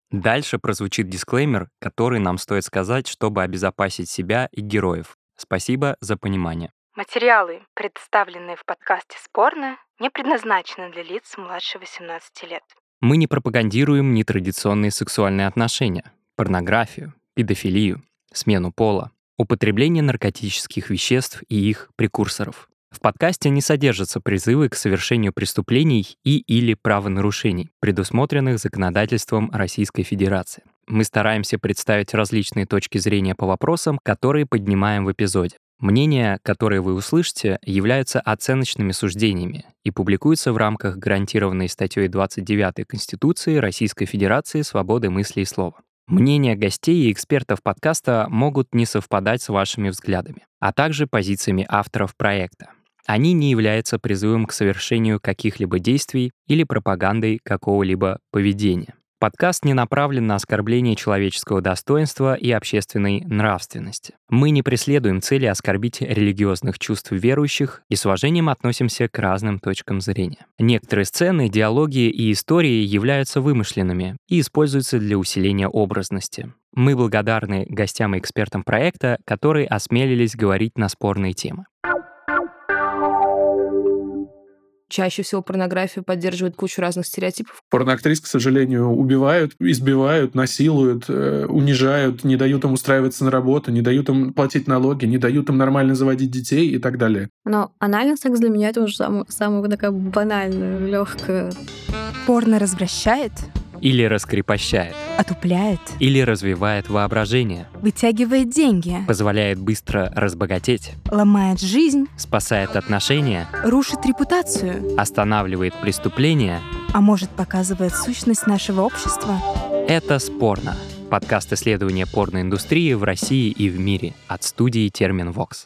Дальше прозвучит дисклеймер, который нам стоит сказать, чтобы обезопасить себя и героев. Спасибо за понимание. Материалы, представленные в подкасте «Спорно», не предназначены для лиц младше 18 лет. Мы не пропагандируем нетрадиционные сексуальные отношения, порнографию, педофилию, смену пола, употребление наркотических веществ и их прекурсоров. В подкасте не содержатся призывы к совершению преступлений и/или правонарушений, предусмотренных законодательством Российской Федерации. Мы стараемся представить различные точки зрения по вопросам, которые поднимаем в эпизоде. Мнения, которые вы услышите, являются оценочными суждениями и публикуются в рамках гарантированной статьей 29 Конституции Российской Федерации свободы мысли и слова. Мнения гостей и экспертов подкаста могут не совпадать с вашими взглядами, а также позициями авторов проекта. Они не являются призывом к совершению каких-либо действий или пропагандой какого-либо поведения. Подкаст не направлен на оскорбление человеческого достоинства и общественной нравственности. Мы не преследуем цели оскорбить религиозных чувств верующих и с уважением относимся к разным точкам зрения. Некоторые сцены, диалоги и истории являются вымышленными и используются для усиления образности. Мы благодарны гостям и экспертам проекта, которые осмелились говорить на спорные темы. Чаще всего порнография поддерживает кучу разных стереотипов. Порноактрис, к сожалению, убивают, избивают, насилуют, унижают, не дают им устраиваться на работу, не дают им платить налоги, не дают им нормально заводить детей и так далее. Но анальный секс для меня это уже самое такая банальная, легкая. Порно развращает, Или раскрепощает, отупляет, или развивает воображение, вытягивает деньги, позволяет быстро разбогатеть, ломает жизнь, спасает отношения, рушит репутацию, останавливает преступления. а может показывает сущность нашего общества. Это «Спорно» — подкаст исследования порноиндустрии в России и в мире от студии Терминвокс.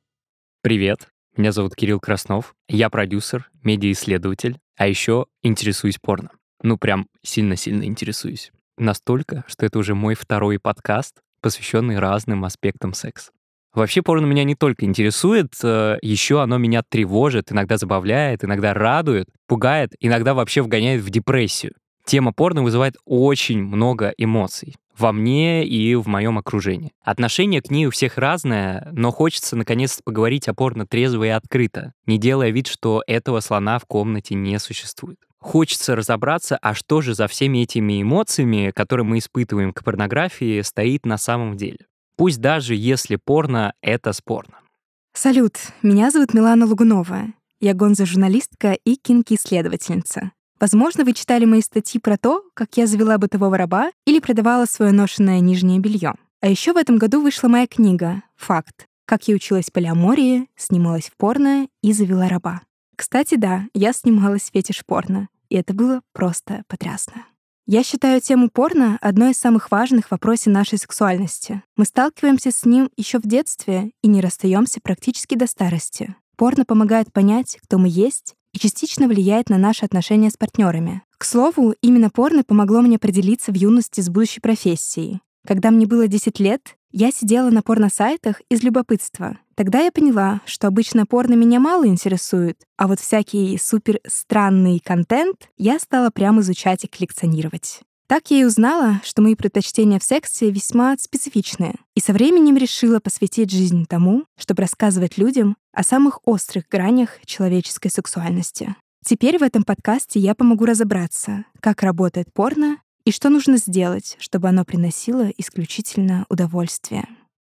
Привет, меня зовут Кирилл Краснов, я продюсер, медиаисследователь, а еще интересуюсь порно. Ну, прям сильно-сильно интересуюсь. Настолько, что это уже мой второй подкаст, посвященный разным аспектам секса. Вообще порно меня не только интересует, еще оно меня тревожит, иногда забавляет, иногда радует, пугает, иногда вообще вгоняет в депрессию. Тема порно вызывает очень много эмоций во мне и в моем окружении. Отношение к ней у всех разное, но хочется наконец-то поговорить о порно трезво и открыто, не делая вид, что этого слона в комнате не существует. Хочется разобраться, а что же за всеми этими эмоциями, которые мы испытываем к порнографии, стоит на самом деле. Пусть даже если порно — это спорно. Салют, меня зовут Милана Лугунова. Я гонзо-журналистка и кинки-исследовательница. Возможно, вы читали мои статьи про то, как я завела бытового раба или продавала свое ношеное нижнее белье. А еще в этом году вышла моя книга «Факт. Как я училась полиамории, снималась в порно и завела раба». Кстати, да, я снималась в фетиш-порно, и это было просто потрясно. Я считаю тему порно одной из самых важных в вопросе нашей сексуальности. Мы сталкиваемся с ним еще в детстве и не расстаемся практически до старости. Порно помогает понять, кто мы есть, и частично влияет на наши отношения с партнерами. К слову, именно порно помогло мне определиться в юности с будущей профессией. Когда мне было 10 лет, я сидела на порно-сайтах из любопытства. Тогда я поняла, что обычно порно меня мало интересует, а вот всякий супер странный контент я стала прямо изучать и коллекционировать. Так я и узнала, что мои предпочтения в сексе весьма специфичные, и со временем решила посвятить жизнь тому, чтобы рассказывать людям о самых острых гранях человеческой сексуальности. Теперь в этом подкасте я помогу разобраться, как работает порно и что нужно сделать, чтобы оно приносило исключительно удовольствие.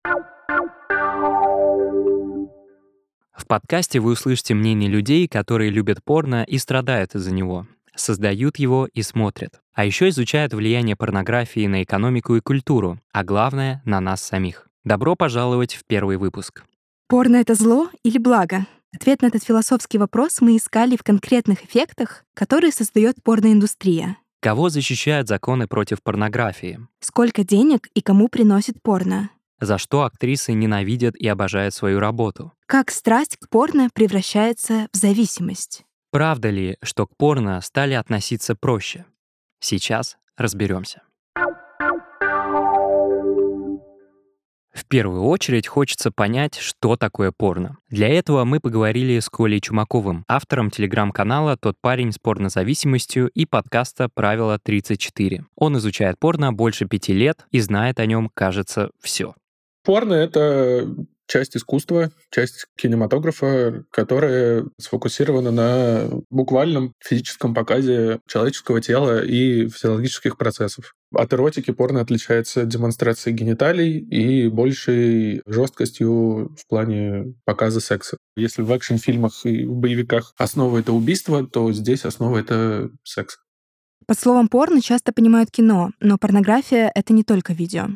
В подкасте вы услышите мнение людей, которые любят порно и страдают из-за него, создают его и смотрят, а еще изучают влияние порнографии на экономику и культуру, а главное — на нас самих. Добро пожаловать в первый выпуск. Порно — это зло или благо? Ответ на этот философский вопрос мы искали в конкретных эффектах, которые создает порноиндустрия. Кого защищают законы против порнографии? Сколько денег и кому приносит порно? За что актрисы ненавидят и обожают свою работу? Как страсть к порно превращается в зависимость? Правда ли, что к порно стали относиться проще? Сейчас разберемся. В В первую очередь хочется понять, что такое порно. Для этого мы поговорили с Колей Чумаковым, автором телеграм-канала «Тот парень с порнозависимостью» и подкаста «Правило 34». Он изучает порно больше 5 лет и знает о нем, кажется, все. Порно — это часть искусства, часть кинематографа, которая сфокусирована на буквальном физическом показе человеческого тела и физиологических процессов. От эротики порно отличается демонстрацией гениталий и большей жесткостью в плане показа секса. Если в экшн-фильмах и в боевиках основа — это убийство, то здесь основа — это секс. Под словом порно часто понимают кино, но порнография — это не только видео.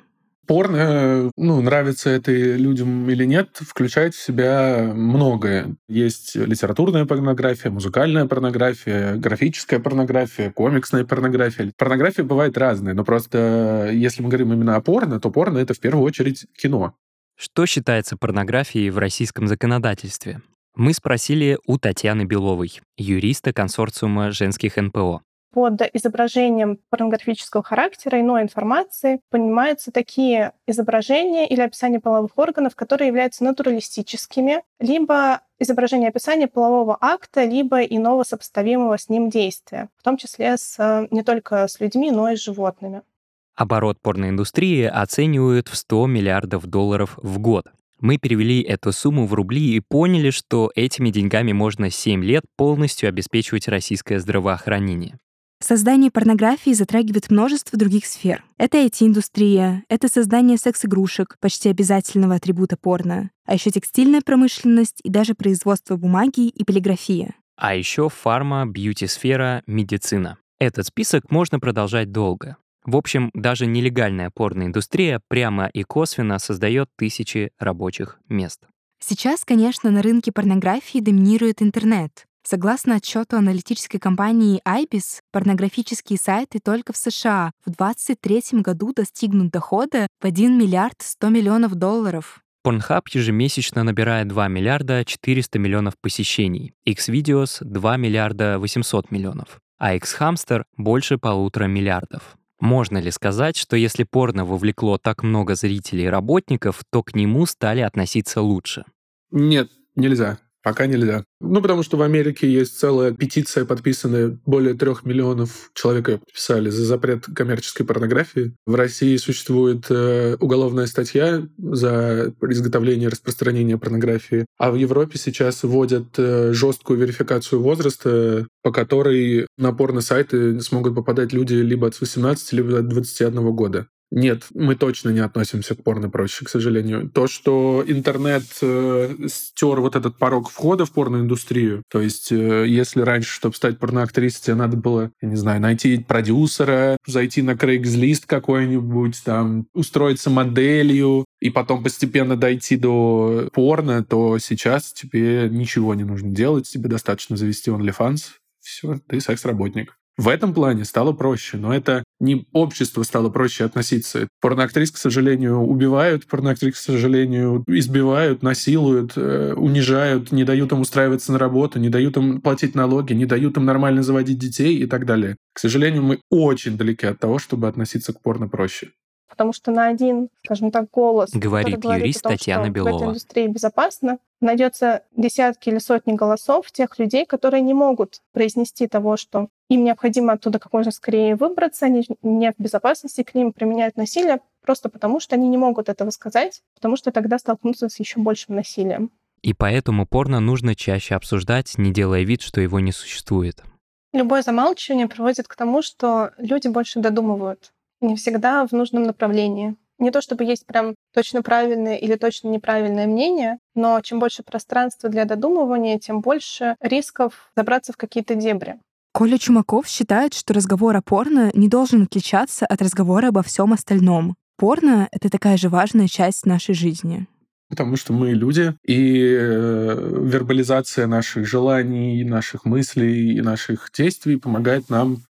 Порно, нравится это людям или нет, включает в себя многое. Есть литературная порнография, музыкальная порнография, графическая порнография, комиксная порнография. Порнография бывает разная, но просто если мы говорим именно о порно, то порно — это в первую очередь кино. Что считается порнографией в российском законодательстве? Мы спросили у Татьяны Беловой, юриста консорциума женских НПО. Под изображением порнографического характера иной информации понимаются такие изображения или описания половых органов, которые являются натуралистическими, либо изображение описания полового акта, либо иного сопоставимого с ним действия, в том числе не только с людьми, но и с животными. Оборот порноиндустрии оценивают в $100 миллиардов в год. Мы перевели эту сумму в рубли и поняли, что этими деньгами можно 7 лет полностью обеспечивать российское здравоохранение. Создание порнографии затрагивает множество других сфер. Это IT-индустрия, это создание секс-игрушек, почти обязательного атрибута порно, а еще текстильная промышленность и даже производство бумаги и полиграфия. А еще фарма, бьюти-сфера, медицина. Этот список можно продолжать долго. В общем, даже нелегальная порноиндустрия прямо и косвенно создает тысячи рабочих мест. Сейчас, конечно, на рынке порнографии доминирует интернет. Согласно отчету аналитической компании IBIS, порнографические сайты только в США в 2023 году достигнут дохода в $1 миллиард 100 миллионов. Pornhub ежемесячно набирает 2 миллиарда 400 миллионов посещений, Xvideos — 2 миллиарда 800 миллионов, а Xhamster — больше 1,5 миллиарда. Можно ли сказать, что если порно вовлекло так много зрителей и работников, то к нему стали относиться лучше? Нет, нельзя. Пока нельзя. Потому что в Америке есть целая петиция, подписанная, более 3 миллионов человек ее подписали за запрет коммерческой порнографии. В России существует уголовная статья за изготовление и распространение порнографии. А в Европе сейчас вводят жесткую верификацию возраста, по которой на порно-сайты смогут попадать люди либо от 18, либо от 21 года. Нет, мы точно не относимся к порно-проще, к сожалению. То, что интернет стер вот этот порог входа в порноиндустрию, то есть если раньше, чтобы стать порноактрисой, тебе надо было, найти продюсера, зайти на Craigslist какой-нибудь, там, устроиться моделью, и потом постепенно дойти до порно, то сейчас тебе ничего не нужно делать, тебе достаточно завести OnlyFans, все, ты секс-работник. В этом плане стало проще, но это не общество стало проще относиться. Порноактрис, к сожалению, убивают, порноактрис, к сожалению, избивают, насилуют, унижают, не дают им устраиваться на работу, не дают им платить налоги, не дают им нормально заводить детей и так далее. К сожалению, мы очень далеки от того, чтобы относиться к порно проще. Потому что на один, скажем так, голос, говорит юрист о том, Татьяна что Белова. в этой индустрии безопасно, найдется десятки или сотни голосов тех людей, которые не могут произнести того, что им необходимо оттуда как можно скорее выбраться, они не в безопасности, к ним применяют насилие, просто потому что они не могут этого сказать, потому что тогда столкнутся с еще большим насилием. И поэтому порно нужно чаще обсуждать, не делая вид, что его не существует. Любое замалчивание приводит к тому, что люди больше додумывают. Не всегда в нужном направлении. Не то чтобы есть прям точно правильное или точно неправильное мнение, но чем больше пространства для додумывания, тем больше рисков забраться в какие-то дебри. Коля Чумаков считает, что разговор о порно не должен отличаться от разговора обо всем остальном. Порно — это такая же важная часть нашей жизни. Потому что мы люди, и вербализация наших желаний, наших мыслей и наших действий помогает нам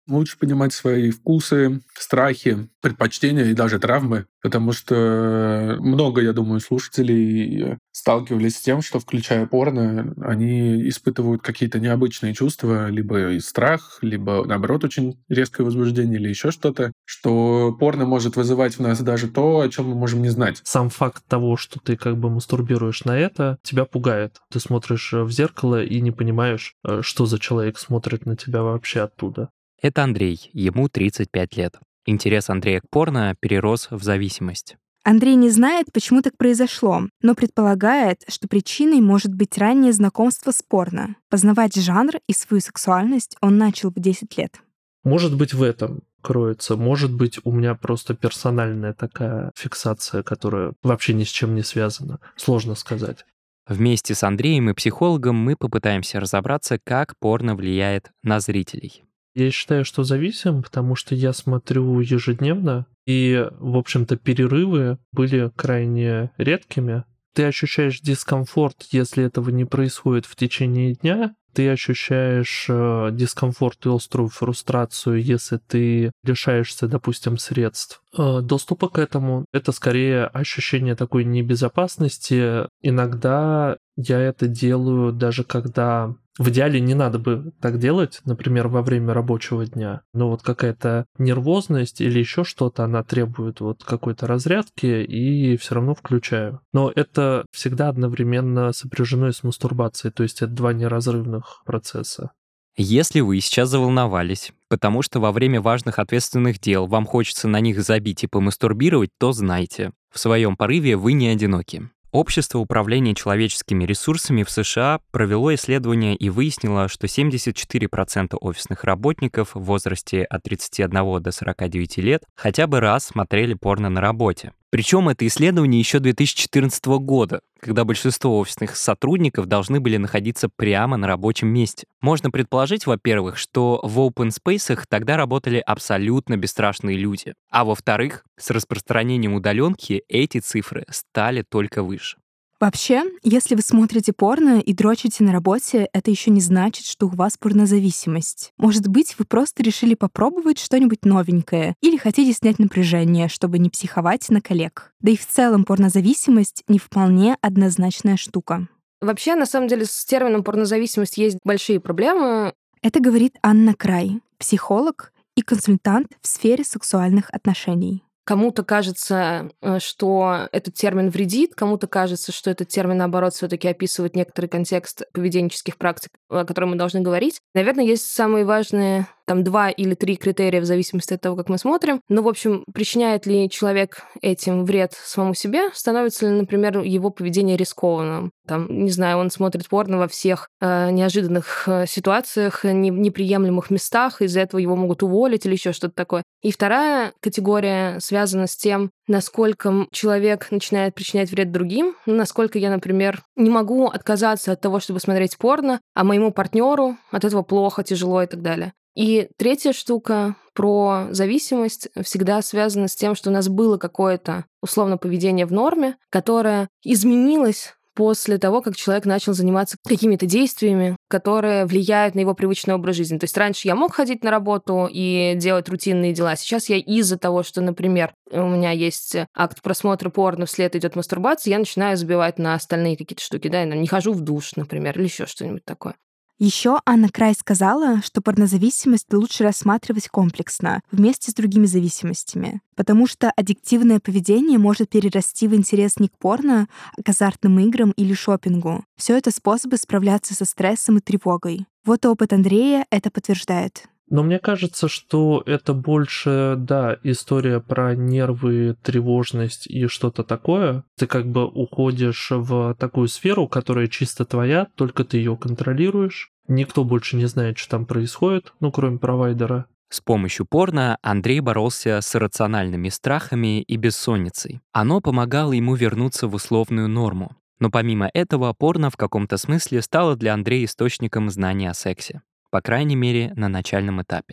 лучше понимать свои вкусы, страхи, предпочтения и даже травмы, потому что много, я думаю, слушателей сталкивались с тем, что, включая порно, они испытывают какие-то необычные чувства, либо и страх, либо, наоборот, очень резкое возбуждение или еще что-то, что порно может вызывать в нас даже то, о чем мы можем не знать. Сам факт того, что ты как бы мастурбируешь на это, тебя пугает. Ты смотришь в зеркало и не понимаешь, что за человек смотрит на тебя вообще оттуда. Это Андрей, ему 35 лет. Интерес Андрея к порно перерос в зависимость. Андрей не знает, почему так произошло, но предполагает, что причиной может быть раннее знакомство с порно. Познавать жанр и свою сексуальность он начал в 10 лет. Может быть, в этом кроется. Может быть, у меня просто персональная такая фиксация, которая вообще ни с чем не связана. Сложно сказать. Вместе с Андреем и психологом мы попытаемся разобраться, как порно влияет на зрителей. Я считаю, что зависим, потому что я смотрю ежедневно, и, в общем-то, перерывы были крайне редкими. Ты ощущаешь дискомфорт, если этого не происходит в течение дня. Ты ощущаешь дискомфорт и острую фрустрацию, если ты лишаешься, допустим, средств доступа к этому. Это скорее ощущение такой небезопасности. Иногда я это делаю даже когда... В идеале не надо бы так делать, например, во время рабочего дня, но вот какая-то нервозность или еще что-то, она требует вот какой-то разрядки, и все равно включаю. Но это всегда одновременно сопряжено и с мастурбацией, то есть это два неразрывных процесса. Если вы сейчас заволновались, потому что во время важных ответственных дел вам хочется на них забить и помастурбировать, то знайте, в своем порыве вы не одиноки. Общество управления человеческими ресурсами в США провело исследование и выяснило, что 74% офисных работников в возрасте от 31 до 49 лет хотя бы раз смотрели порно на работе. Причем это исследование еще 2014 года, когда большинство офисных сотрудников должны были находиться прямо на рабочем месте. Можно предположить, во-первых, что в open space'ах тогда работали абсолютно бесстрашные люди, а во-вторых, с распространением удаленки эти цифры стали только выше. Вообще, если вы смотрите порно и дрочите на работе, это еще не значит, что у вас порнозависимость. Может быть, вы просто решили попробовать что-нибудь новенькое или хотите снять напряжение, чтобы не психовать на коллег. Да и в целом порнозависимость не вполне однозначная штука. Вообще, на самом деле, с термином порнозависимость есть большие проблемы. Это говорит Анна Край, психолог и консультант в сфере сексуальных отношений. Кому-то кажется, что этот термин вредит, кому-то кажется, что этот термин, наоборот, все-таки описывает некоторый контекст поведенческих практик, о котором мы должны говорить. Наверное, есть самые важные 2 или 3 критерия в зависимости от того, как мы смотрим. Но, в общем, причиняет ли человек этим вред самому себе, становится ли, например, его поведение рискованным. Не знаю, он смотрит порно во всех неожиданных ситуациях, неприемлемых местах, из-за этого его могут уволить или еще что-то такое. И вторая категория связана с тем, насколько человек начинает причинять вред другим, насколько я, например, не могу отказаться от того, чтобы смотреть порно, а моему партнеру от этого плохо, тяжело и так далее. И третья штука про зависимость всегда связана с тем, что у нас было какое-то условно поведение в норме, которое изменилось после того, как человек начал заниматься какими-то действиями, которые влияют на его привычный образ жизни. То есть раньше я мог ходить на работу и делать рутинные дела. Сейчас я из-за того, что, например, у меня есть акт просмотра порно, вслед идет мастурбация, я начинаю забивать на остальные какие-то штуки. Я не хожу в душ, например, или еще что-нибудь такое. Еще Анна Край сказала, что порнозависимость лучше рассматривать комплексно, вместе с другими зависимостями, потому что аддиктивное поведение может перерасти в интерес не к порно, а к азартным играм или шопингу. Все это способы справляться со стрессом и тревогой. Вот опыт Андрея это подтверждает. Но мне кажется, что это больше, история про нервы, тревожность и что-то такое. Ты как бы уходишь в такую сферу, которая чисто твоя, только ты ее контролируешь. Никто больше не знает, что там происходит, кроме провайдера. С помощью порно Андрей боролся с иррациональными страхами и бессонницей. Оно помогало ему вернуться в условную норму. Но помимо этого, порно в каком-то смысле стало для Андрея источником знаний о сексе. По крайней мере, на начальном этапе.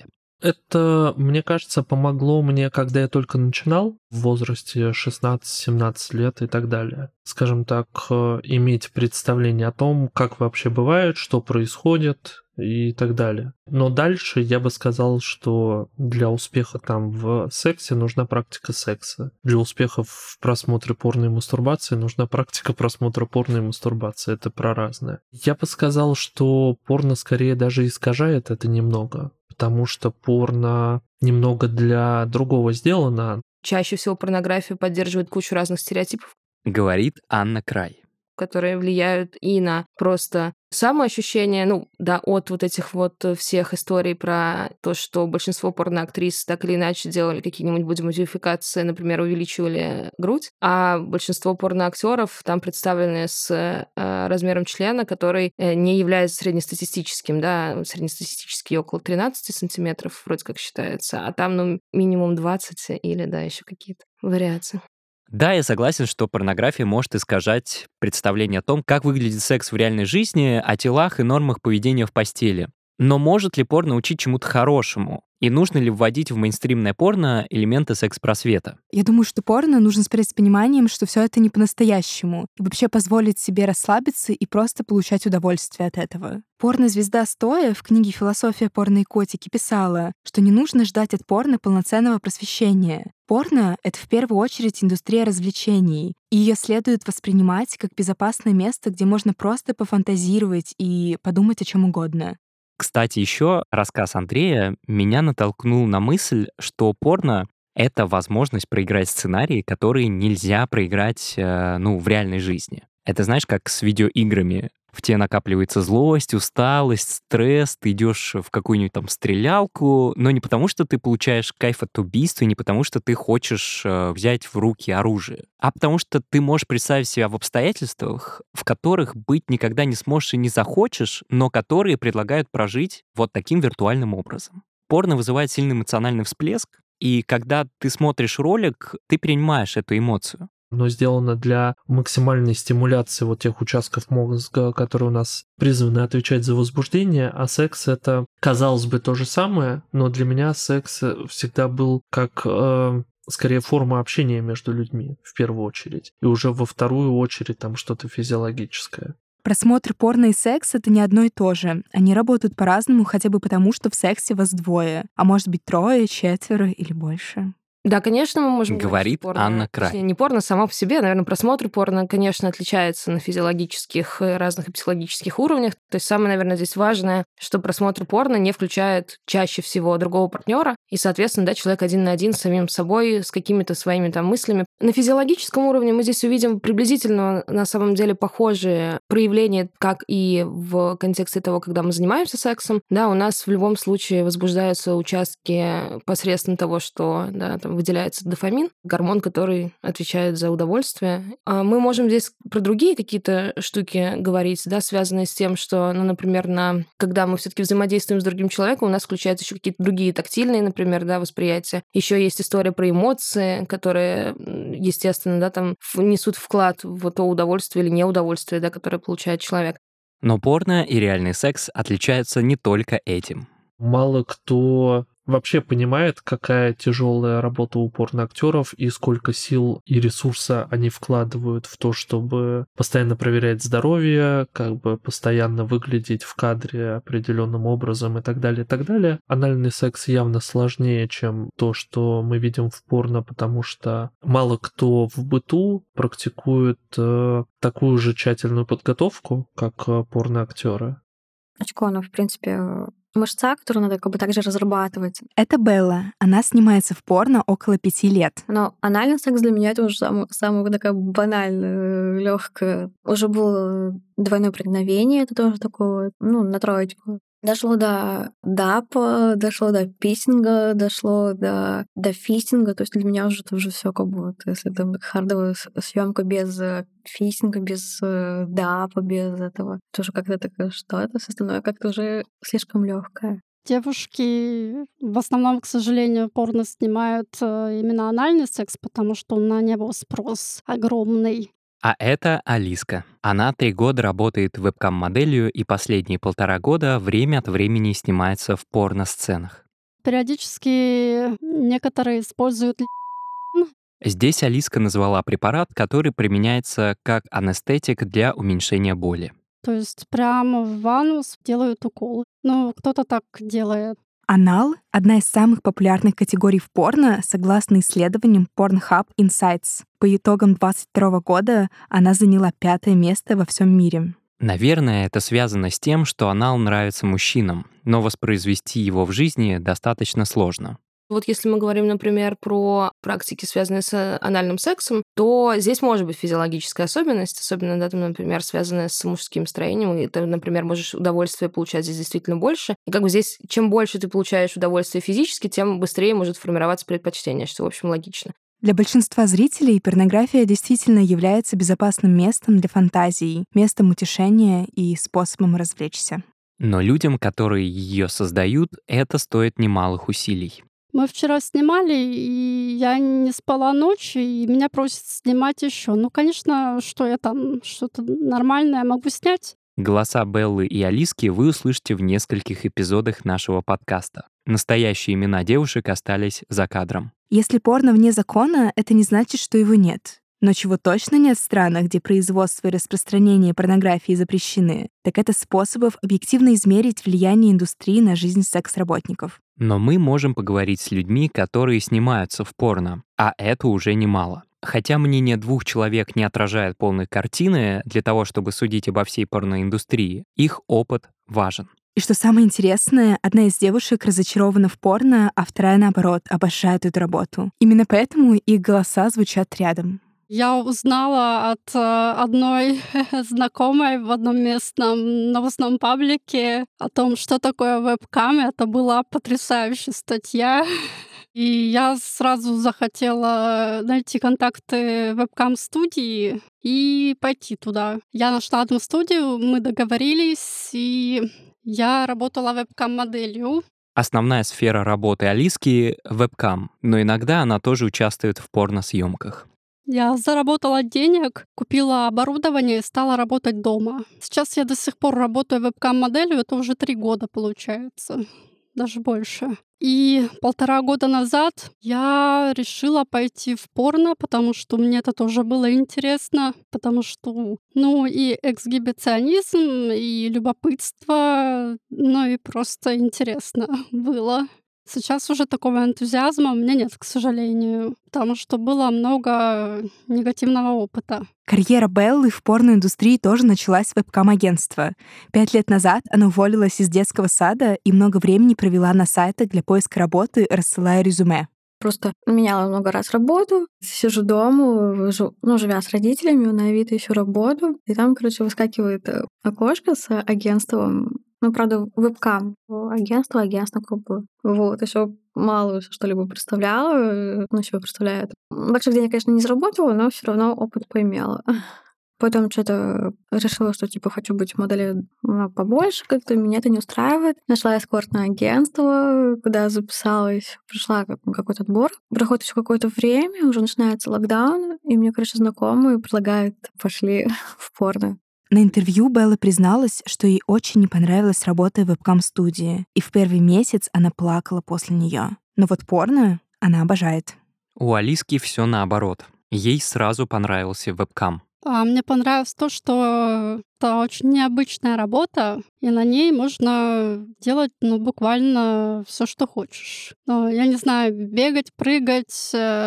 Это, мне кажется, помогло мне, когда я только начинал в возрасте 16-17 лет и так далее. Скажем так, иметь представление о том, как вообще бывает, что происходит и так далее. Но дальше я бы сказал, что для успеха там в сексе нужна практика секса. Для успеха в просмотре порно и мастурбации нужна практика просмотра порно и мастурбации. Это про разное. Я бы сказал, что порно скорее даже искажает это немного. Потому что порно немного для другого сделано. Чаще всего порнография поддерживает кучу разных стереотипов, Говорит Анна Край. которые влияют и на просто самоощущение, от вот этих вот всех историй про то, что большинство порноактрис так или иначе делали какие-нибудь бодимодификации, например, увеличивали грудь, а большинство порноактеров там представлены с размером члена, который не является среднестатистическим, да, среднестатистический около 13 сантиметров вроде как считается, а там, минимум 20 или, да, еще какие-то вариации. Да, я согласен, что порнография может искажать представление о том, как выглядит секс в реальной жизни, о телах и нормах поведения в постели. Но может ли порно учить чему-то хорошему? И нужно ли вводить в мейнстримное порно элементы секс-просвета? Я думаю, что порно нужно смотреть с пониманием, что все это не по-настоящему, и вообще позволить себе расслабиться и просто получать удовольствие от этого. Порнозвезда Стоя в книге «Философия порно и котики» писала, что не нужно ждать от порно полноценного просвещения. Порно — это в первую очередь индустрия развлечений, и ее следует воспринимать как безопасное место, где можно просто пофантазировать и подумать о чем угодно. Кстати, еще рассказ Андрея меня натолкнул на мысль, что порно — это возможность проиграть сценарии, которые нельзя проиграть, в реальной жизни. Это знаешь, как с видеоиграми. В тебе накапливается злость, усталость, стресс, ты идешь в какую-нибудь там стрелялку, но не потому, что ты получаешь кайф от убийства, и не потому, что ты хочешь взять в руки оружие, а потому что ты можешь представить себя в обстоятельствах, в которых быть никогда не сможешь и не захочешь, но которые предлагают прожить вот таким виртуальным образом. Порно вызывает сильный эмоциональный всплеск, и когда ты смотришь ролик, ты принимаешь эту эмоцию. Но сделано для максимальной стимуляции вот тех участков мозга, которые у нас призваны отвечать за возбуждение, а секс — это, казалось бы, то же самое, но для меня секс всегда был как скорее форма общения между людьми в первую очередь, и уже во вторую очередь там что-то физиологическое. Просмотр порно и секс — это не одно и то же. Они работают по-разному хотя бы потому, что в сексе вас двое, а может быть 3, 4 или больше. Да, конечно, мы можем Говорит порно. Анна Край. Точнее, не порно само по себе, наверное, просмотр порно, конечно, отличается на физиологических разных и психологических уровнях. То есть самое, наверное, здесь важное, что просмотр порно не включает чаще всего другого партнера, и, соответственно, да, человек один на один с самим собой, с какими-то своими там мыслями. На физиологическом уровне мы здесь увидим приблизительно, на самом деле, похожие проявления, как и в контексте того, когда мы занимаемся сексом. Да, у нас в любом случае возбуждаются участки посредством того, что, да, там выделяется дофамин, гормон, который отвечает за удовольствие. А мы можем здесь про другие какие-то штуки говорить, да, связанные с тем, что, например, когда мы все-таки взаимодействуем с другим человеком, у нас включаются еще какие-то другие тактильные, например, да, восприятия. Еще есть история про эмоции, которые, естественно, да, там несут вклад в то удовольствие или неудовольствие, да, которое получает человек. Но порно и реальный секс отличаются не только этим. Мало кто вообще понимает, какая тяжелая работа у порноактеров и сколько сил и ресурса они вкладывают в то, чтобы постоянно проверять здоровье, как бы постоянно выглядеть в кадре определенным образом и так далее, и так далее. Анальный секс явно сложнее, чем то, что мы видим в порно, потому что мало кто в быту практикует такую же тщательную подготовку, как порноактеры. Очко, в принципе, мышца, которую надо также разрабатывать. Это Белла. Она снимается в порно около 5 лет. Но анальный секс для меня это уже самое такое банальное, легкое. Уже было двойное проникновение, это тоже такое, на 3. Дошло до дапа, дошло до писинга, дошло до фистинга. То есть для меня уже это уже все как бы, если там хардовая съемка без фистинга, без дапа, без этого. Тоже как-то такое, что это все остальное как-то уже слишком легкое. Девушки в основном, к сожалению, порно снимают именно анальный секс, потому что на него спрос огромный. А это Алиска. Она 3 года работает вебкам-моделью и последние 1,5 года время от времени снимается в порно-сценах. Периодически некоторые используют Здесь Алиска назвала препарат, который применяется как анестетик для уменьшения боли. то есть прямо в анус делают укол. Ну, кто-то так делает. Анал — одна из самых популярных категорий в порно, согласно исследованиям Pornhub Insights. По итогам 2022 года она заняла 5-е место во всем мире. Наверное, это связано с тем, что анал нравится мужчинам, но воспроизвести его в жизни достаточно сложно. Вот если мы говорим, например, про практики, связанные с анальным сексом, то здесь может быть физиологическая особенность, особенно, да, там, например, связанная с мужским строением, и ты, например, можешь удовольствие получать здесь действительно больше. И как бы здесь, чем больше ты получаешь удовольствие физически, тем быстрее может формироваться предпочтение, что, в общем, логично. Для большинства зрителей порнография действительно является безопасным местом для фантазий, местом утешения и способом развлечься. Но людям, которые ее создают, это стоит немалых усилий. Мы вчера снимали, и я не спала ночью, и меня просят снимать еще. Ну, конечно, что я там что-то нормальное могу снять. Голоса Беллы и Алиски вы услышите в нескольких эпизодах нашего подкаста. Настоящие имена девушек остались за кадром. Если порно вне закона, это не значит, что его нет. Но чего точно нет в странах, где производство и распространение порнографии запрещены, так это способов объективно измерить влияние индустрии на жизнь секс-работников. Но мы можем поговорить с людьми, которые снимаются в порно, а это уже немало. Хотя мнение двух человек не отражает полной картины для того, чтобы судить обо всей порноиндустрии, их опыт важен. И что самое интересное, одна из девушек разочарована в порно, а вторая, наоборот, обожает эту работу. Именно поэтому их голоса звучат рядом. Я узнала от одной знакомой в одном местном новостном паблике о том, что такое вебкам. Это была потрясающая статья. И я сразу захотела найти контакты вебкам-студии и пойти туда. Я нашла одну студию, мы договорились, и я работала вебкам-моделью. Основная сфера работы Алиски — вебкам, но иногда она тоже участвует в порносъемках. Я заработала денег, купила оборудование и стала работать дома. Сейчас я до сих пор работаю вебкам-моделью, это уже 3 года получается, даже больше. И 1,5 года назад я решила пойти в порно, потому что мне это тоже было интересно, потому что, и эксгибиционизм, и любопытство, и просто интересно было. Сейчас уже такого энтузиазма у меня нет, к сожалению, потому что было много негативного опыта. Карьера Беллы в порноиндустрии тоже началась с вебкам-агентства. 5 лет назад она уволилась из детского сада и много времени провела на сайтах для поиска работы, рассылая резюме. Просто меняла много раз работу, сижу дома, живя с родителями, на Авито ищу работу, и там, выскакивает окошко с агентством. Правда, вебкам. Агентство как бы. Вот, еще мало что-либо представляла, еще представляет. Больших денег, конечно, не заработала, но все равно опыт поимела. Потом что-то решила, что хочу быть моделью побольше, как-то меня это не устраивает. Нашла эскортное агентство, куда записалась, пришла на какой-то отбор. Проходит еще какое-то время, уже начинается локдаун, и мне, знакомые предлагают: пошли в порно. На интервью Белла призналась, что ей очень не понравилась работа в вебкам-студии, и в первый месяц она плакала после нее. Но вот порно она обожает. У Алиски все наоборот. Ей сразу понравился вебкам. Мне понравилось то, что это очень необычная работа, и на ней можно делать, буквально все, что хочешь. Я не знаю, бегать, прыгать,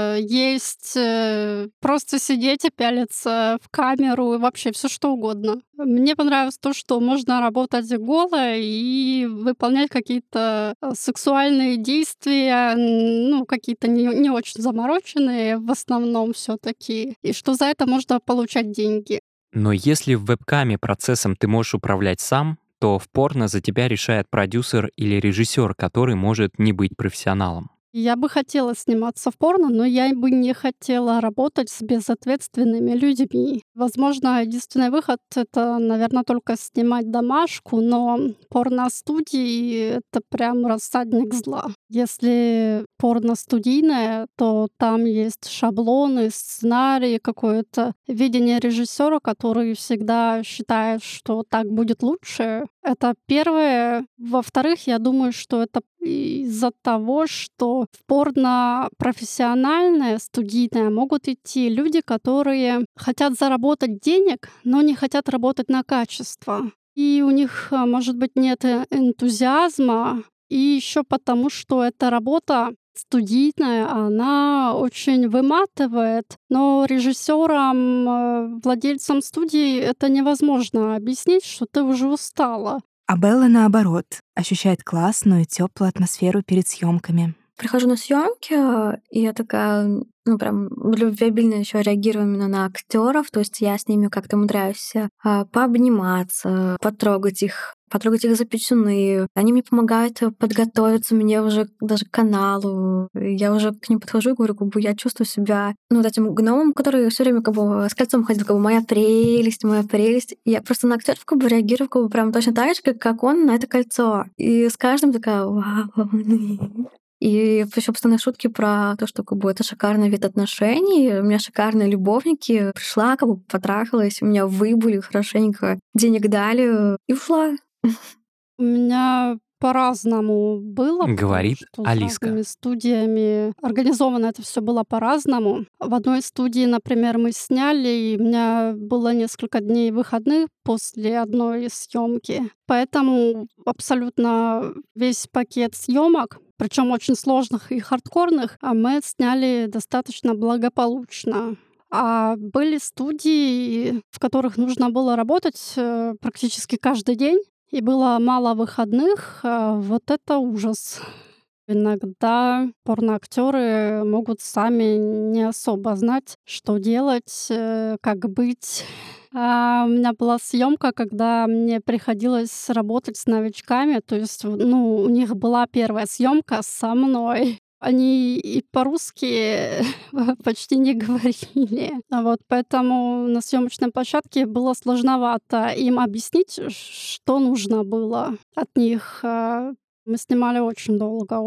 есть, просто сидеть и пялиться в камеру, и вообще все что угодно. Мне понравилось то, что можно работать голой и выполнять какие-то сексуальные действия, какие-то не очень замороченные в основном все-таки, и что за это можно получать деньги. Но если в вебкаме процессом ты можешь управлять сам, то в порно за тебя решает продюсер или режиссер, который может не быть профессионалом. Я бы хотела сниматься в порно, но я бы не хотела работать с безответственными людьми. Возможно, единственный выход — это, наверное, только снимать домашку, но порно-студии — это прям рассадник зла. Если порно-студийное, то там есть шаблоны, сценарий, какое-то видение режиссера, который всегда считает, что так будет лучше. Это первое. Во-вторых, я думаю, что это из-за того, что в порно профессиональное, студийное могут идти люди, которые хотят заработать денег, но не хотят работать на качество. И у них, может быть, нет энтузиазма, и еще потому, что эта работа студийная, она очень выматывает, но режиссерам, владельцам студии это невозможно объяснить, что ты уже устала. А Белла, наоборот, ощущает классную, теплую атмосферу перед съемками. Прихожу на съемки, и я такая, прям любвеобильно еще реагирую именно на актеров, то есть я с ними как-то умудряюсь пообниматься, потрогать их за печены. Они мне помогают подготовиться мне уже даже к каналу. Я уже к ним подхожу и говорю, я чувствую себя вот этим гномом, который все время с кольцом ходил, моя прелесть, моя прелесть. И я просто на актеров реагирую прям точно так же, как он на это кольцо. И с каждым такая вау. И еще постоянно шутки про то, что это шикарный вид отношений, у меня шикарные любовники. Пришла, потрахалась, у меня выбыли хорошенько, денег дали и ушла. У меня по-разному было, говорит потому что Алиска. С разными студиями организовано это все было по-разному. В одной студии, например, мы сняли, и у меня было несколько дней выходных после одной съемки, поэтому абсолютно весь пакет съемок, причем очень сложных и хардкорных, мы сняли достаточно благополучно. А были студии, в которых нужно было работать практически каждый день, и было мало выходных. Вот это ужас. Иногда порноактеры могут сами не особо знать, что делать, как быть. У меня была съемка, когда мне приходилось работать с новичками, то есть, у них была первая съемка со мной. Они и по-русски почти не говорили. Поэтому на съемочной площадке было сложновато им объяснить, что нужно было от них. Мы снимали очень долго.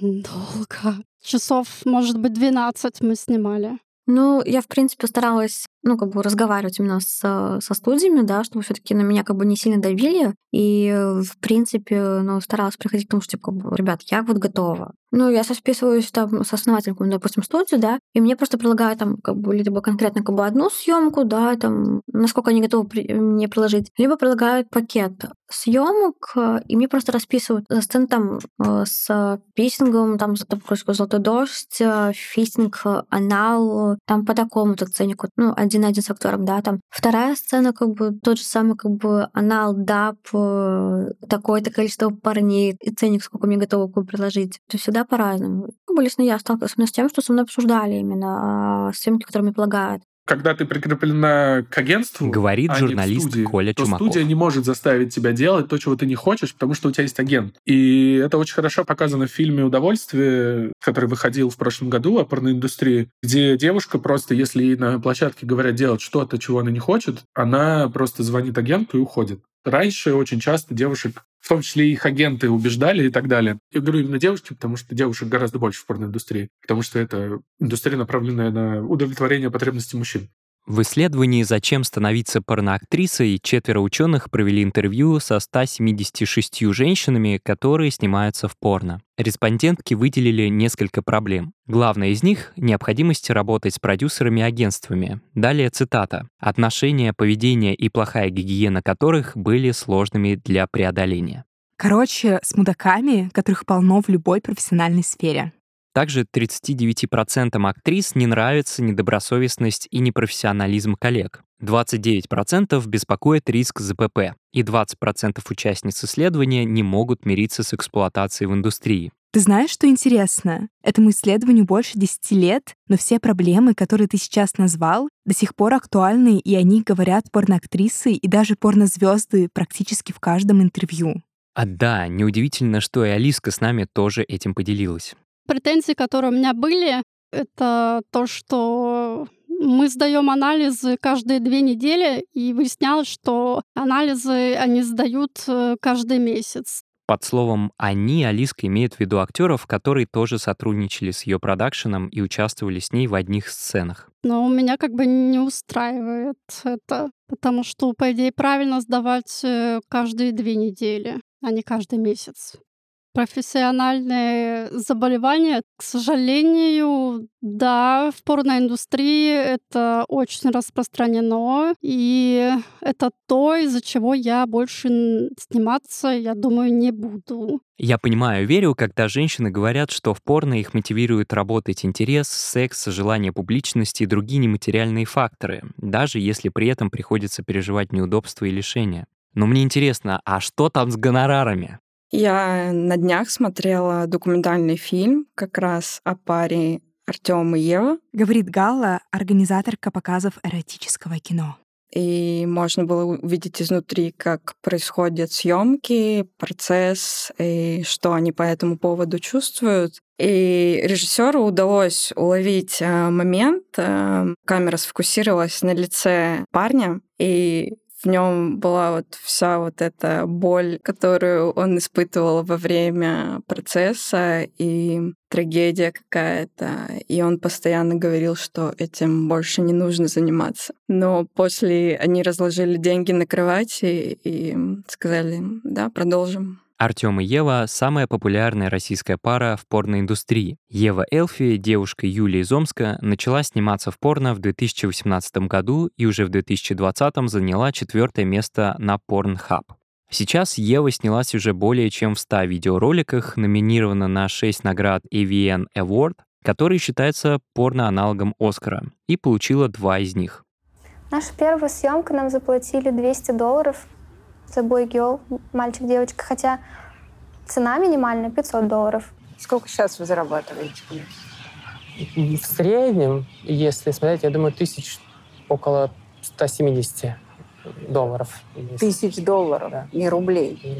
Часов, может быть, 12 мы снимали. Я, в принципе, старалась, разговаривать именно со студиями, да, чтобы все таки на меня не сильно давили. И, в принципе, старалась приходить к тому, что, ребят, я готова. Я списываюсь там с основателем, допустим, студию, да, и мне просто предлагают там, либо конкретно одну съемку, да, там, насколько они готовы мне предложить, либо предлагают пакет съемок, и мне просто расписывают сцены там с писингом, там, «Золотой дождь», фистинг, анал, там по такому-то ценнику, один на один с актером, да, там. Вторая сцена, тот же самый, анал, даб, такое-то количество парней, и ценник, сколько мне готовы предложить. То есть всегда по-разному. Лично я сталкивалась с тем, что со мной обсуждали именно съемки, которые мне предлагают. Когда ты прикреплена к агентству, говорит журналист студии, Коля то Чумаков. студия не может заставить тебя делать то, чего ты не хочешь, потому что у тебя есть агент. И это очень хорошо показано в фильме «Удовольствие», который выходил в прошлом году о порноиндустрии, где девушка просто, если ей на площадке говорят делать что-то, чего она не хочет, она просто звонит агенту и уходит. Раньше очень часто девушек, в том числе их агенты, убеждали и так далее. Я говорю именно девушки, потому что девушек гораздо больше в порноиндустрии, потому что это индустрия, направленная на удовлетворение потребностей мужчин. В исследовании «Зачем становиться порноактрисой» 4 ученых провели интервью со 176 женщинами, которые снимаются в порно. Респондентки выделили несколько проблем. Главная из них — необходимость работать с продюсерами и агентствами. Далее цитата. «Отношения, поведение и плохая гигиена которых были сложными для преодоления». Короче, с мудаками, которых полно в любой профессиональной сфере. Также 39% актрис не нравится недобросовестность и непрофессионализм коллег. 29% беспокоит риск ЗПП, и 20% участниц исследования не могут мириться с эксплуатацией в индустрии. Ты знаешь, что интересно? Этому исследованию больше 10 лет, но все проблемы, которые ты сейчас назвал, до сих пор актуальны, и о них говорят порноактрисы и даже порнозвезды практически в каждом интервью. Да, неудивительно, что и Алиска с нами тоже этим поделилась. Претензии, которые у меня были, это то, что мы сдаем анализы каждые 2 недели, и выяснялось, что анализы они сдают каждый месяц. Под словом «они» Алиска имеет в виду актеров, которые тоже сотрудничали с ее продакшеном и участвовали с ней в одних сценах. Но меня как бы не устраивает это, потому что, по идее, правильно сдавать каждые 2 недели, а не каждый месяц. Профессиональные заболевания, к сожалению, да, в порноиндустрии это очень распространено, и это то, из-за чего я больше сниматься, я думаю, не буду. Я понимаю, верю, когда женщины говорят, что в порно их мотивирует работать интерес, секс, желание публичности и другие нематериальные факторы, даже если при этом приходится переживать неудобства и лишения. Но мне интересно, а что там с гонорарами? Я на днях смотрела документальный фильм как раз о паре Артём и Ева. Говорит Галла, организаторка показов эротического кино. И можно было увидеть изнутри, как происходят съемки, процесс, и что они по этому поводу чувствуют. И режиссеру удалось уловить момент. Камера сфокусировалась на лице парня, и в нем была вот вся вот эта боль, которую он испытывал во время процесса, и трагедия какая-то. И он постоянно говорил, что этим больше не нужно заниматься. Но после они разложили деньги на кровати и сказали, да, продолжим. Артём и Ева — самая популярная российская пара в порноиндустрии. Ева Элфи, девушка Юлия из Омска, начала сниматься в порно в 2018 году и уже в 2020 заняла 4-е место на Pornhub. Сейчас Ева снялась уже более чем в 100 видеороликах, номинирована на 6 наград AVN Award, который считается порно-аналогом Оскара, и получила 2 из них. Наша первая съемка, нам заплатили $200 за boy-girl, мальчик-девочка, хотя цена минимальная $500. Сколько сейчас вы зарабатываете? В среднем, если смотреть, я думаю, около $170. $1000, да. Не рублей.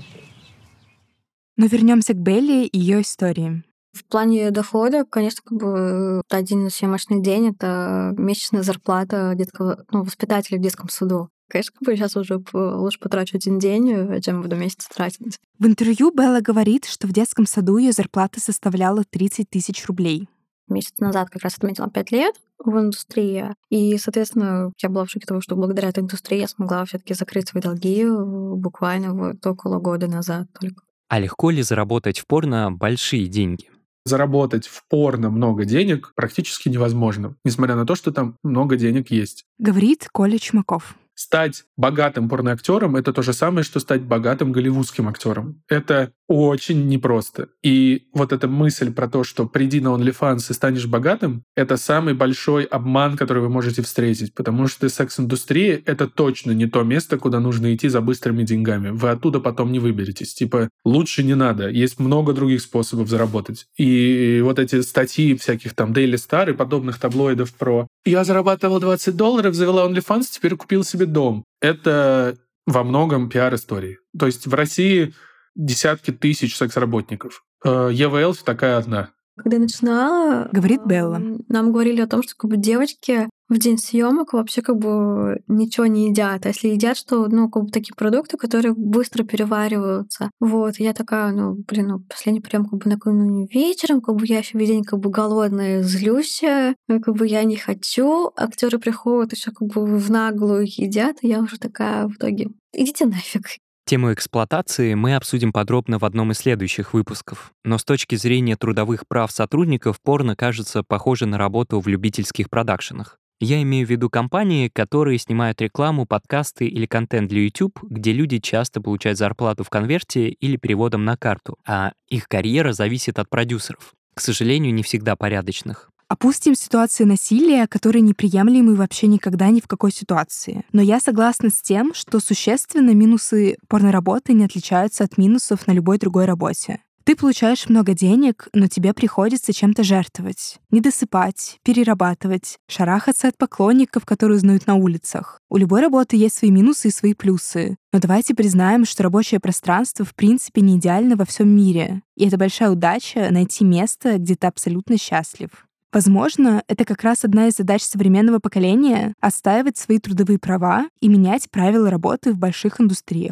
Но вернемся к Белли и ее истории. В плане дохода, конечно, как бы один съемочный день — это месячная зарплата воспитателя в детском саду. Конечно, как бы сейчас уже лучше потрачу один день, чем буду месяц тратить. В интервью Белла говорит, что в детском саду ее зарплата составляла 30 000 рублей. Месяц назад как раз отметила 5 лет в индустрии. И, соответственно, я была в шоке того, что благодаря этой индустрии я смогла все-таки закрыть свои долги буквально вот около года назад только. А легко ли заработать в порно большие деньги? Заработать в порно много денег практически невозможно, несмотря на то, что там много денег есть. Говорит Коля Чумаков. Стать богатым порноактером — это то же самое, что стать богатым голливудским актером. Это очень непросто. И вот эта мысль про то, что приди на OnlyFans и станешь богатым, это самый большой обман, который вы можете встретить, потому что секс-индустрия — это точно не то место, куда нужно идти за быстрыми деньгами. Вы оттуда потом не выберетесь. Типа, лучше не надо. Есть много других способов заработать. И вот эти статьи всяких там Daily Star и подобных таблоидов про «Я зарабатывал $20, завела OnlyFans, теперь купил себе дом». Это во многом пиар-истории. То есть в России десятки тысяч секс-работников. Ева Элфи такая одна. Когда я начинала, говорит Белла, нам говорили о том, что как бы девочки в день съемок вообще как бы ничего не едят. А если едят, что, как бы такие продукты, которые быстро перевариваются. Вот. И я такая, последний прием как бы накануне вечером, как бы я еще весь день как бы голодная, злюсь, как бы я не хочу. Актеры приходят еще как бы в наглую едят, и я уже такая в итоге, идите нафиг. Тему эксплуатации мы обсудим подробно в одном из следующих выпусков. Но с точки зрения трудовых прав сотрудников, порно кажется похоже на работу в любительских продакшенах. Я имею в виду компании, которые снимают рекламу, подкасты или контент для YouTube, где люди часто получают зарплату в конверте или переводом на карту, а их карьера зависит от продюсеров. К сожалению, не всегда порядочных. Опустим ситуации насилия, которые неприемлемы вообще никогда ни в какой ситуации. Но я согласна с тем, что существенно минусы порноработы не отличаются от минусов на любой другой работе. Ты получаешь много денег, но тебе приходится чем-то жертвовать. Не досыпать, перерабатывать, шарахаться от поклонников, которые узнают на улицах. У любой работы есть свои минусы и свои плюсы. Но давайте признаем, что рабочее пространство в принципе не идеально во всем мире. И это большая удача найти место, где ты абсолютно счастлив. Возможно, это как раз одна из задач современного поколения — отстаивать свои трудовые права и менять правила работы в больших индустриях.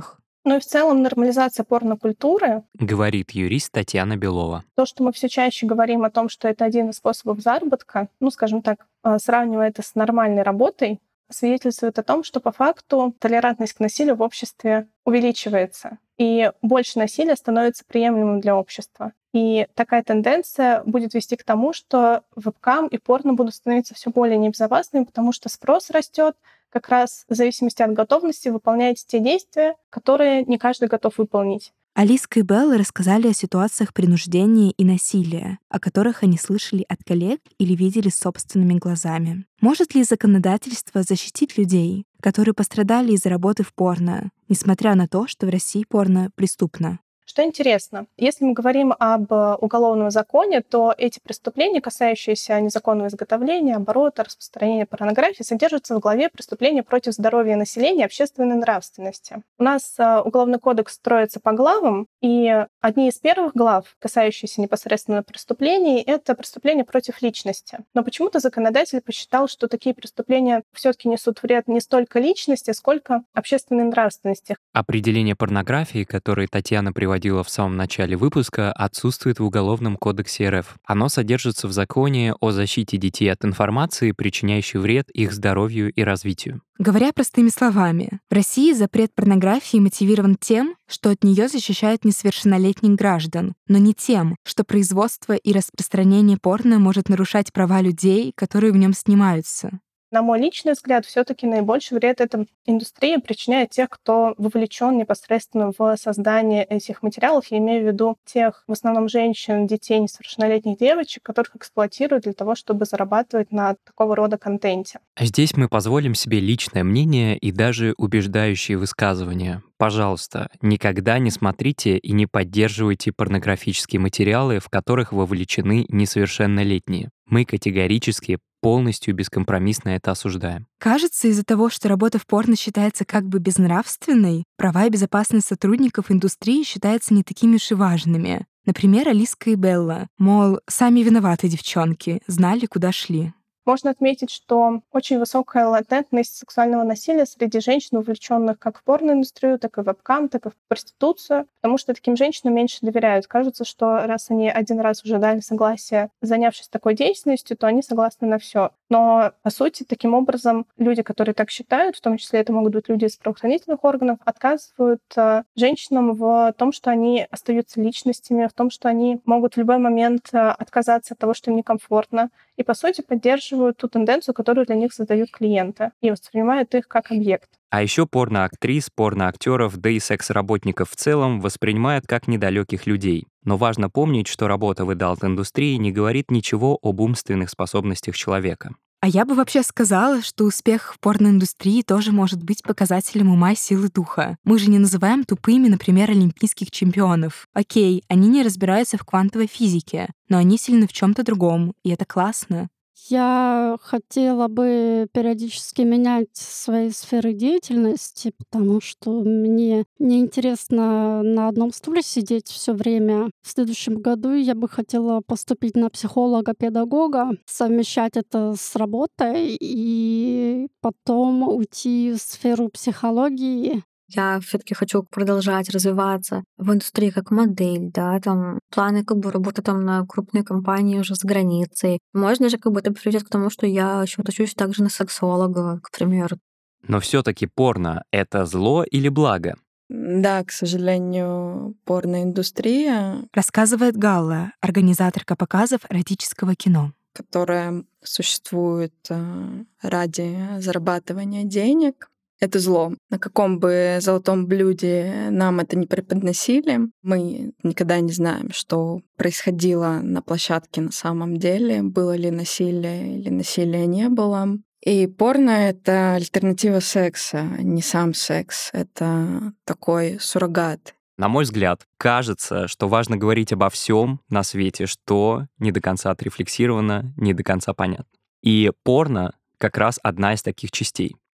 Ну и в целом нормализация порнокультуры, говорит юрист Татьяна Белова. то, что мы все чаще говорим о том, что это один из способов заработка, ну, скажем так, сравнивая это с нормальной работой, свидетельствует о том, что по факту толерантность к насилию в обществе увеличивается, и больше насилия становится приемлемым для общества. И такая тенденция будет вести к тому, что вебкам и порно будут становиться все более небезопасными, потому что спрос растет как раз в зависимости от готовности выполнять те действия, которые не каждый готов выполнить. Алиска и Белла рассказали о ситуациях принуждения и насилия, о которых они слышали от коллег или видели собственными глазами. Может ли законодательство защитить людей, которые пострадали из-за работы в порно, несмотря на то, что в России порно преступно? Что интересно, если мы говорим об уголовном законе, то эти преступления, касающиеся незаконного изготовления, оборота, распространения порнографии, содержатся в главе «Преступления против здоровья населения и общественной нравственности». У нас Уголовный кодекс строится по главам, и одни из первых глав, касающиеся непосредственно преступлений, это преступления против личности. Но почему-то законодатель посчитал, что такие преступления все-таки несут вред не столько личности, сколько общественной нравственности. Определение порнографии, которое Татьяна приводила в самом начале выпуска, отсутствует в Уголовном кодексе РФ. Оно содержится в законе о защите детей от информации, причиняющей вред их здоровью и развитию. Говоря простыми словами, в России запрет порнографии мотивирован тем, что от нее защищают несовершеннолетних граждан, но не тем, что производство и распространение порно может нарушать права людей, которые в нем снимаются. На мой личный взгляд, все-таки наибольший вред эта индустрия причиняет тех, кто вовлечен непосредственно в создание этих материалов. Я имею в виду тех, в основном женщин, детей, несовершеннолетних девочек, которых эксплуатируют для того, чтобы зарабатывать на такого рода контенте. Здесь мы позволим себе личное мнение и даже убеждающие высказывания. Пожалуйста, никогда не смотрите и не поддерживайте порнографические материалы, в которых вовлечены несовершеннолетние. Мы категорически, полностью и бескомпромиссно это осуждаем. Кажется, из-за того, что работа в порно считается как бы безнравственной, права и безопасность сотрудников индустрии считаются не такими уж и важными. Например, Алиска и Белла. Мол, сами виноваты девчонки, знали, куда шли. Можно отметить, что очень высокая латентность сексуального насилия среди женщин, увлеченных как в порноиндустрию, так и в вебкам, так и в проституцию, потому что таким женщинам меньше доверяют. Кажется, что раз они один раз уже дали согласие, занявшись такой деятельностью, то они согласны на все. Но, по сути, таким образом, люди, которые так считают, в том числе это могут быть люди из правоохранительных органов, отказывают женщинам в том, что они остаются личностями, в том, что они могут в любой момент отказаться от того, что им некомфортно, и, по сути, поддерживают ту тенденцию, которую для них задают клиенты, и воспринимают их как объект. А еще порноактрис, порноактеров, да и секс-работников в целом воспринимают как недалеких людей. Но важно помнить, что работа в адалт-индустрии не говорит ничего об умственных способностях человека. А я бы вообще сказала, что успех в порноиндустрии тоже может быть показателем ума и силы духа. Мы же не называем тупыми, например, олимпийских чемпионов. Окей, они не разбираются в квантовой физике, но они сильны в чем-то другом, и это классно. Я хотела бы периодически менять свои сферы деятельности, потому что мне неинтересно на одном стуле сидеть все время. В следующем году я бы хотела поступить на психолога-педагога, совмещать это с работой и потом уйти в сферу психологии. Я все-таки хочу продолжать развиваться в индустрии как модель, да, там планы как бы работы там на крупные компании уже за границей. Можно же как бы это приведет к тому, что я еще учусь также на сексолога, к примеру. Но все-таки порно — это зло или благо? Да, к сожалению, порноиндустрия, Рассказывает Галла, организаторка показов эротического кино, которая существует ради зарабатывания денег, это зло. На каком бы золотом блюде нам это не преподносили, мы никогда не знаем, что происходило на площадке на самом деле, было ли насилие или насилия не было. И порно — это альтернатива секса, не сам секс. Это такой суррогат. На мой взгляд, кажется, что важно говорить обо всем на свете, что не до конца отрефлексировано, не до конца понятно. И порно как раз одна из таких частей.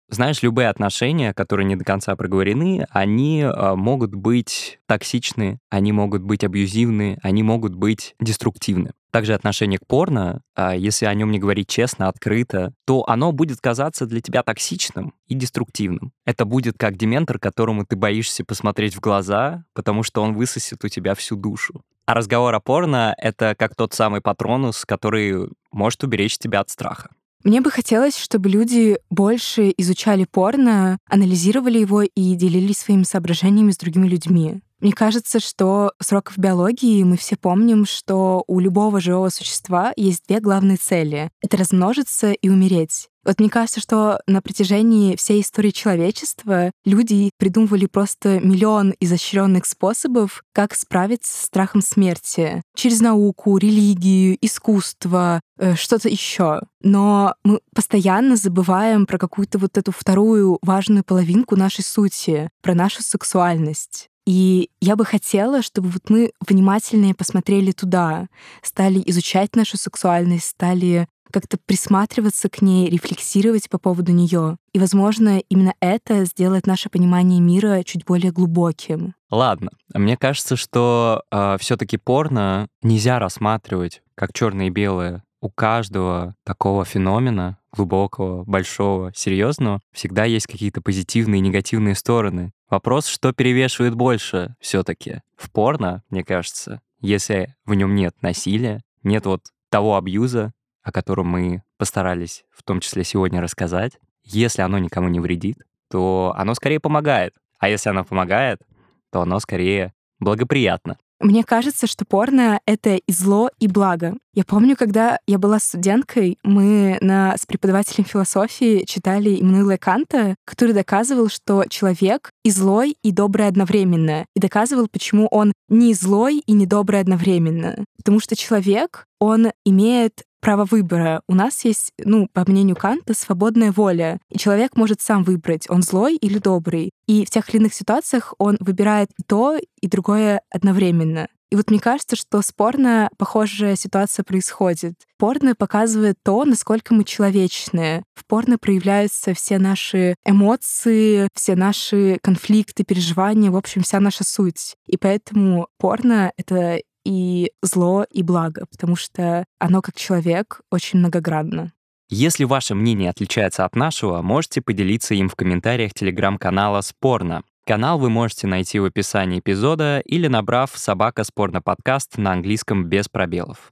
Знаешь, любые отношения, которые не до конца проговорены, они могут быть токсичны, они могут быть абьюзивны, они могут быть деструктивны. Также отношение к порно, если о нем не говорить честно, открыто, то оно будет казаться для тебя токсичным и деструктивным. Это будет как дементор, которому ты боишься посмотреть в глаза, потому что он высосет у тебя всю душу. А разговор о порно — это как тот самый патронус, который может уберечь тебя от страха. Мне бы хотелось, чтобы люди больше изучали порно, анализировали его и делились своими соображениями с другими людьми. Мне кажется, что с уроков биологии мы все помним, что у любого живого существа есть две главные цели — это размножиться и умереть. Вот мне кажется, что на протяжении всей истории человечества люди придумывали просто миллион изощренных способов, как справиться с страхом смерти. Через науку, религию, искусство, что-то еще. Но мы постоянно забываем про какую-то вот эту вторую важную половинку нашей сути, про нашу сексуальность. И я бы хотела, чтобы вот мы внимательнее посмотрели туда, стали изучать нашу сексуальность, стали как-то присматриваться к ней, рефлексировать по поводу нее. И, возможно, именно это сделает наше понимание мира чуть более глубоким. Ладно, мне кажется, что все-таки порно нельзя рассматривать как черное и белое. У каждого такого феномена, глубокого, большого, серьезного, всегда есть какие-то позитивные и негативные стороны. Вопрос, что перевешивает больше все-таки. В порно, мне кажется, если в нем нет насилия, нет вот того абьюза, о котором мы постарались в том числе сегодня рассказать, если оно никому не вредит, то оно скорее помогает. А если оно помогает, то оно скорее благоприятно. Мне кажется, что порно — это и зло, и благо. Я помню, когда я была студенткой, мы с преподавателем философии читали Иммануила Канта, который доказывал, что человек и злой, и добрый одновременно. И доказывал, почему он не злой и не добрый одновременно. Потому что человек, он имеет право выбора. У нас есть, по мнению Канта, свободная воля. И человек может сам выбрать, он злой или добрый. И в тех или иных ситуациях он выбирает и то, и другое одновременно. И вот мне кажется, что с порно похожая ситуация происходит. Порно показывает то, насколько мы человечные. В порно проявляются все наши эмоции, все наши конфликты, переживания, в общем, вся наша суть. И поэтому порно — это и зло, и благо, потому что оно, как человек, очень многогранно. Если ваше мнение отличается от нашего, можете поделиться им в комментариях телеграм-канала «Спорно». Канал вы можете найти в описании эпизода или набрав «Собака Спорно подкаст» на английском без пробелов.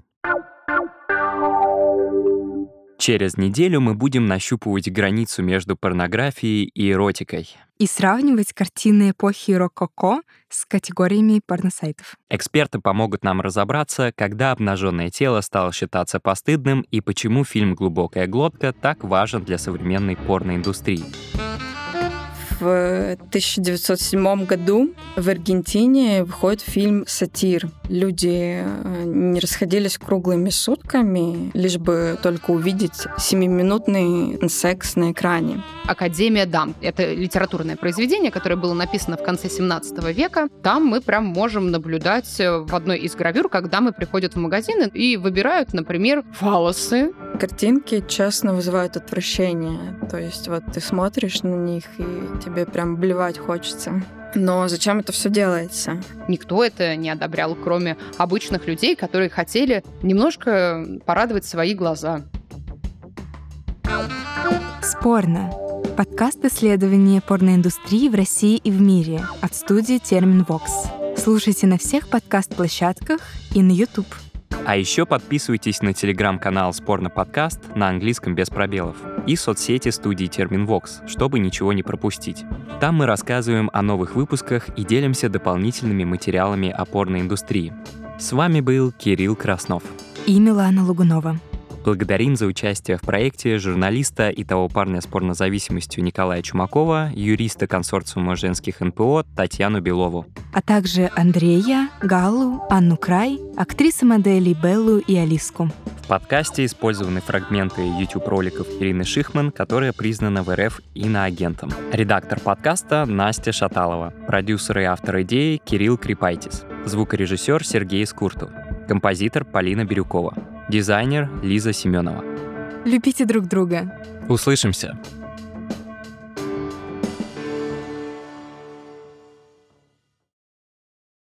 Через неделю мы будем нащупывать границу между порнографией и эротикой. И сравнивать картины эпохи рококо с категориями порносайтов. Эксперты помогут нам разобраться, когда обнаженное тело стало считаться постыдным и почему фильм «Глубокая глотка» так важен для современной порноиндустрии. В 1907 году в Аргентине выходит фильм «Сатир». Люди не расходились круглыми сутками, лишь бы только увидеть 7-минутный секс на экране. «Академия дам» — это литературное произведение, которое было написано в конце 17 века. Там мы прям можем наблюдать в одной из гравюр, как дамы приходят в магазин и выбирают, например, фаллосы. Картинки часто вызывают отвращение. То есть вот ты смотришь на них, и тебе прям блевать хочется. Но зачем это все делается? Никто это не одобрял, кроме обычных людей, которые хотели немножко порадовать свои глаза. Спорно. Подкаст исследования порноиндустрии в России и в мире от студии Терминвокс. Слушайте на всех подкаст-площадках и на YouTube. А еще подписывайтесь на телеграм-канал «Спорно подкаст» на английском без пробелов и соцсети студии Терминвокс, чтобы ничего не пропустить. Там мы рассказываем о новых выпусках и делимся дополнительными материалами о порноиндустрии. С вами был Кирилл Краснов и Милана Лугунова. Благодарим за участие в проекте журналиста и того парня с порнозависимостью Николая Чумакова, юриста консорциума женских НПО Татьяну Белову. А также Андрея, Галлу, Анну Край, актрисы-моделей Беллу и Алиску. В подкасте использованы фрагменты YouTube-роликов Ирины Шихман, которая признана в РФ иноагентом. Редактор подкаста Настя Шаталова. Продюсер и автор идеи Кирилл Крипайтис. Звукорежиссер Сергей Скуртов. Композитор Полина Бирюкова. Дизайнер Лиза Семенова. Любите друг друга. Услышимся!